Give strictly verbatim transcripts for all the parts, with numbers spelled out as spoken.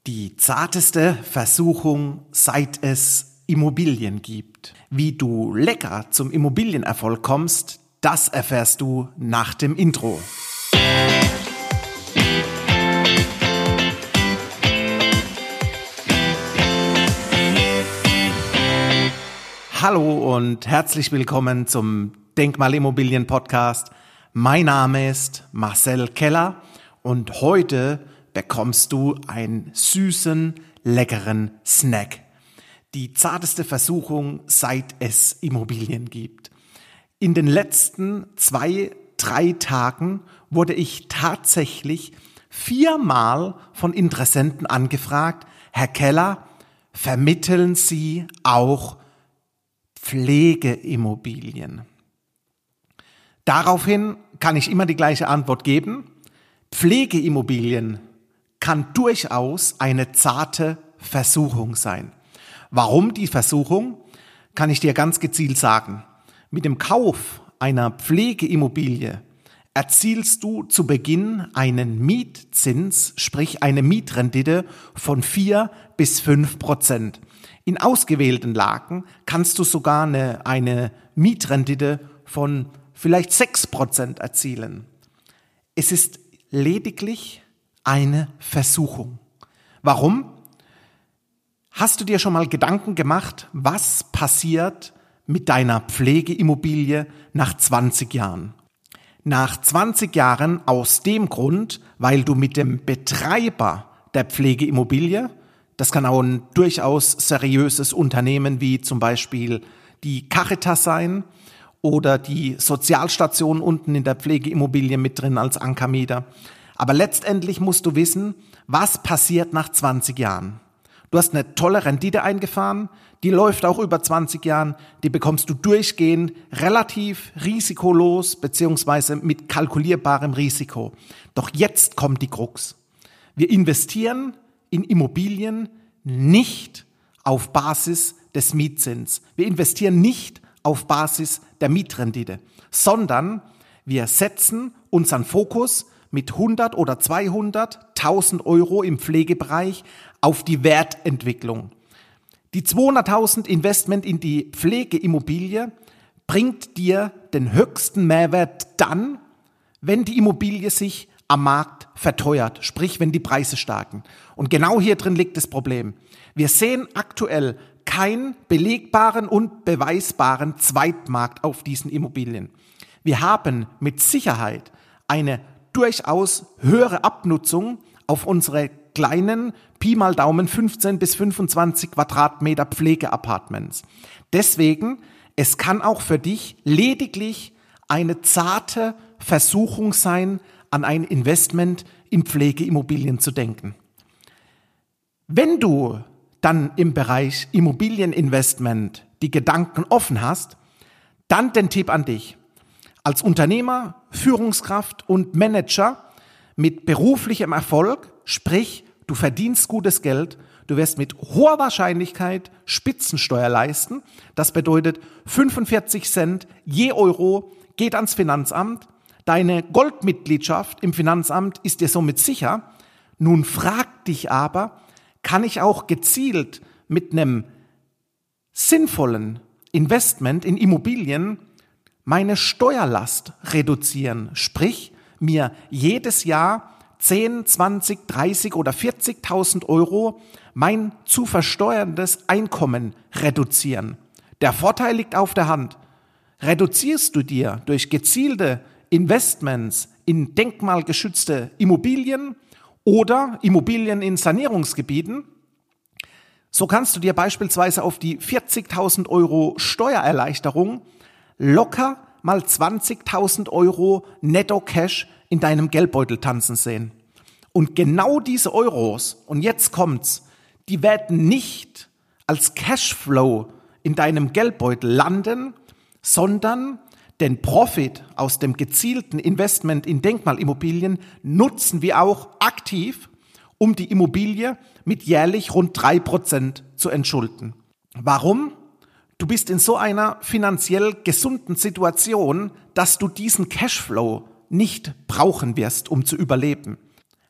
Die zarteste Versuchung, seit es Immobilien gibt. Wie du lecker zum Immobilienerfolg kommst, das erfährst du nach dem Intro. Hallo und herzlich willkommen zum Denkmalimmobilien-Podcast. Mein Name ist Marcel Keller und heute bekommst du einen süßen, leckeren Snack. Die zarteste Versuchung, seit es Immobilien gibt. In den letzten zwei, drei Tagen wurde ich tatsächlich viermal von Interessenten angefragt: Herr Keller, vermitteln Sie auch Pflegeimmobilien? Daraufhin kann ich immer die gleiche Antwort geben: Pflegeimmobilien kann durchaus eine zarte Versuchung sein. Warum die Versuchung? Kann ich dir ganz gezielt sagen. Mit dem Kauf einer Pflegeimmobilie erzielst du zu Beginn einen Mietzins, sprich eine Mietrendite von vier bis fünf Prozent. In ausgewählten Lagen kannst du sogar eine, eine Mietrendite von vielleicht sechs Prozent erzielen. Es ist lediglich eine Versuchung. Warum? Hast du dir schon mal Gedanken gemacht, was passiert mit deiner Pflegeimmobilie nach zwanzig Jahren? Nach zwanzig Jahren aus dem Grund, weil du mit dem Betreiber der Pflegeimmobilie, das kann auch ein durchaus seriöses Unternehmen wie zum Beispiel die Caritas sein oder die Sozialstation unten in der Pflegeimmobilie mit drin als Ankermieter. Aber letztendlich musst du wissen, was passiert nach zwanzig Jahren. Du hast eine tolle Rendite eingefahren, die läuft auch über zwanzig Jahren, die bekommst du durchgehend relativ risikolos beziehungsweise mit kalkulierbarem Risiko. Doch jetzt kommt die Krux. Wir investieren in Immobilien nicht auf Basis des Mietzins. Wir investieren nicht auf Basis der Mietrendite, sondern wir setzen unseren Fokus mit hundert oder zweihunderttausend Euro im Pflegebereich auf die Wertentwicklung. Die zweihunderttausend Investment in die Pflegeimmobilie bringt dir den höchsten Mehrwert dann, wenn die Immobilie sich am Markt verteuert, sprich wenn die Preise steigen. Und genau hier drin liegt das Problem. Wir sehen aktuell keinen belegbaren und beweisbaren Zweitmarkt auf diesen Immobilien. Wir haben mit Sicherheit eine durchaus höhere Abnutzung auf unsere kleinen Pi mal Daumen fünfzehn bis fünfundzwanzig Quadratmeter Pflegeapartments. Deswegen, es kann auch für dich lediglich eine zarte Versuchung sein, an ein Investment in Pflegeimmobilien zu denken. Wenn du dann im Bereich Immobilieninvestment die Gedanken offen hast, dann den Tipp an dich. Als Unternehmer, Führungskraft und Manager mit beruflichem Erfolg, sprich, du verdienst gutes Geld, du wirst mit hoher Wahrscheinlichkeit Spitzensteuer leisten. Das bedeutet, fünfundvierzig Cent je Euro geht ans Finanzamt. Deine Goldmitgliedschaft im Finanzamt ist dir somit sicher. Nun frag dich aber, kann ich auch gezielt mit einem sinnvollen Investment in Immobilien meine Steuerlast reduzieren, sprich mir jedes Jahr zehn, zwanzig, dreißig oder vierzigtausend Euro mein zu versteuerndes Einkommen reduzieren. Der Vorteil liegt auf der Hand. Reduzierst du dir durch gezielte Investments in denkmalgeschützte Immobilien oder Immobilien in Sanierungsgebieten, so kannst du dir beispielsweise auf die vierzigtausend Euro Steuererleichterung locker mal zwanzigtausend Euro Netto-Cash in deinem Geldbeutel tanzen sehen. Und genau diese Euros, und jetzt kommt's, die werden nicht als Cashflow in deinem Geldbeutel landen, sondern den Profit aus dem gezielten Investment in Denkmalimmobilien nutzen wir auch aktiv, um die Immobilie mit jährlich rund drei Prozent zu entschulden. Warum? Du bist in so einer finanziell gesunden Situation, dass du diesen Cashflow nicht brauchen wirst, um zu überleben.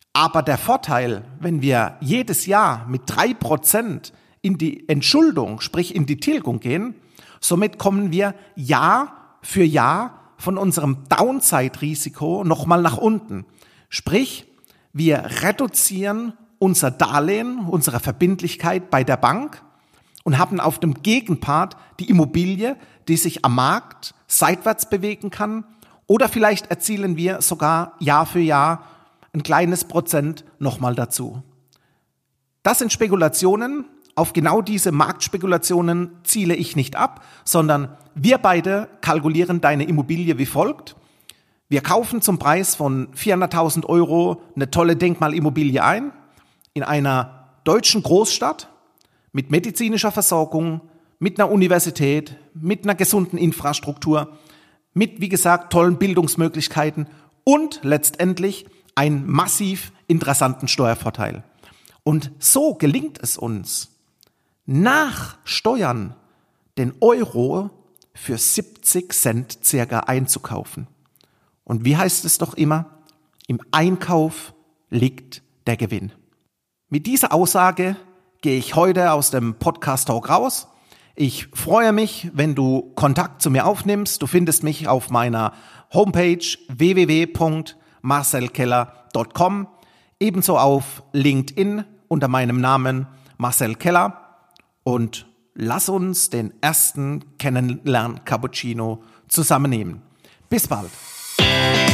Aber der Vorteil, wenn wir jedes Jahr mit drei Prozent in die Entschuldung, sprich in die Tilgung gehen, somit kommen wir Jahr für Jahr von unserem Downside-Risiko nochmal nach unten. Sprich, wir reduzieren unser Darlehen, unsere Verbindlichkeit bei der Bank und haben auf dem Gegenpart die Immobilie, die sich am Markt seitwärts bewegen kann, oder vielleicht erzielen wir sogar Jahr für Jahr ein kleines Prozent nochmal dazu. Das sind Spekulationen. Auf genau diese Marktspekulationen ziele ich nicht ab, sondern wir beide kalkulieren deine Immobilie wie folgt. Wir kaufen zum Preis von vierhunderttausend Euro eine tolle Denkmalimmobilie ein, in einer deutschen Großstadt mit medizinischer Versorgung, mit einer Universität, mit einer gesunden Infrastruktur, mit, wie gesagt, tollen Bildungsmöglichkeiten und letztendlich einen massiv interessanten Steuervorteil. Und so gelingt es uns, nach Steuern den Euro für siebzig Cent circa einzukaufen. Und wie heißt es doch immer? Im Einkauf liegt der Gewinn. Mit dieser Aussage gehe ich heute aus dem Podcast Talk raus. Ich freue mich, wenn du Kontakt zu mir aufnimmst. Du findest mich auf meiner Homepage w w w punkt marcel keller punkt com, ebenso auf LinkedIn unter meinem Namen Marcel Keller, und lass uns den ersten Kennenlern-Cappuccino zusammennehmen. Bis bald.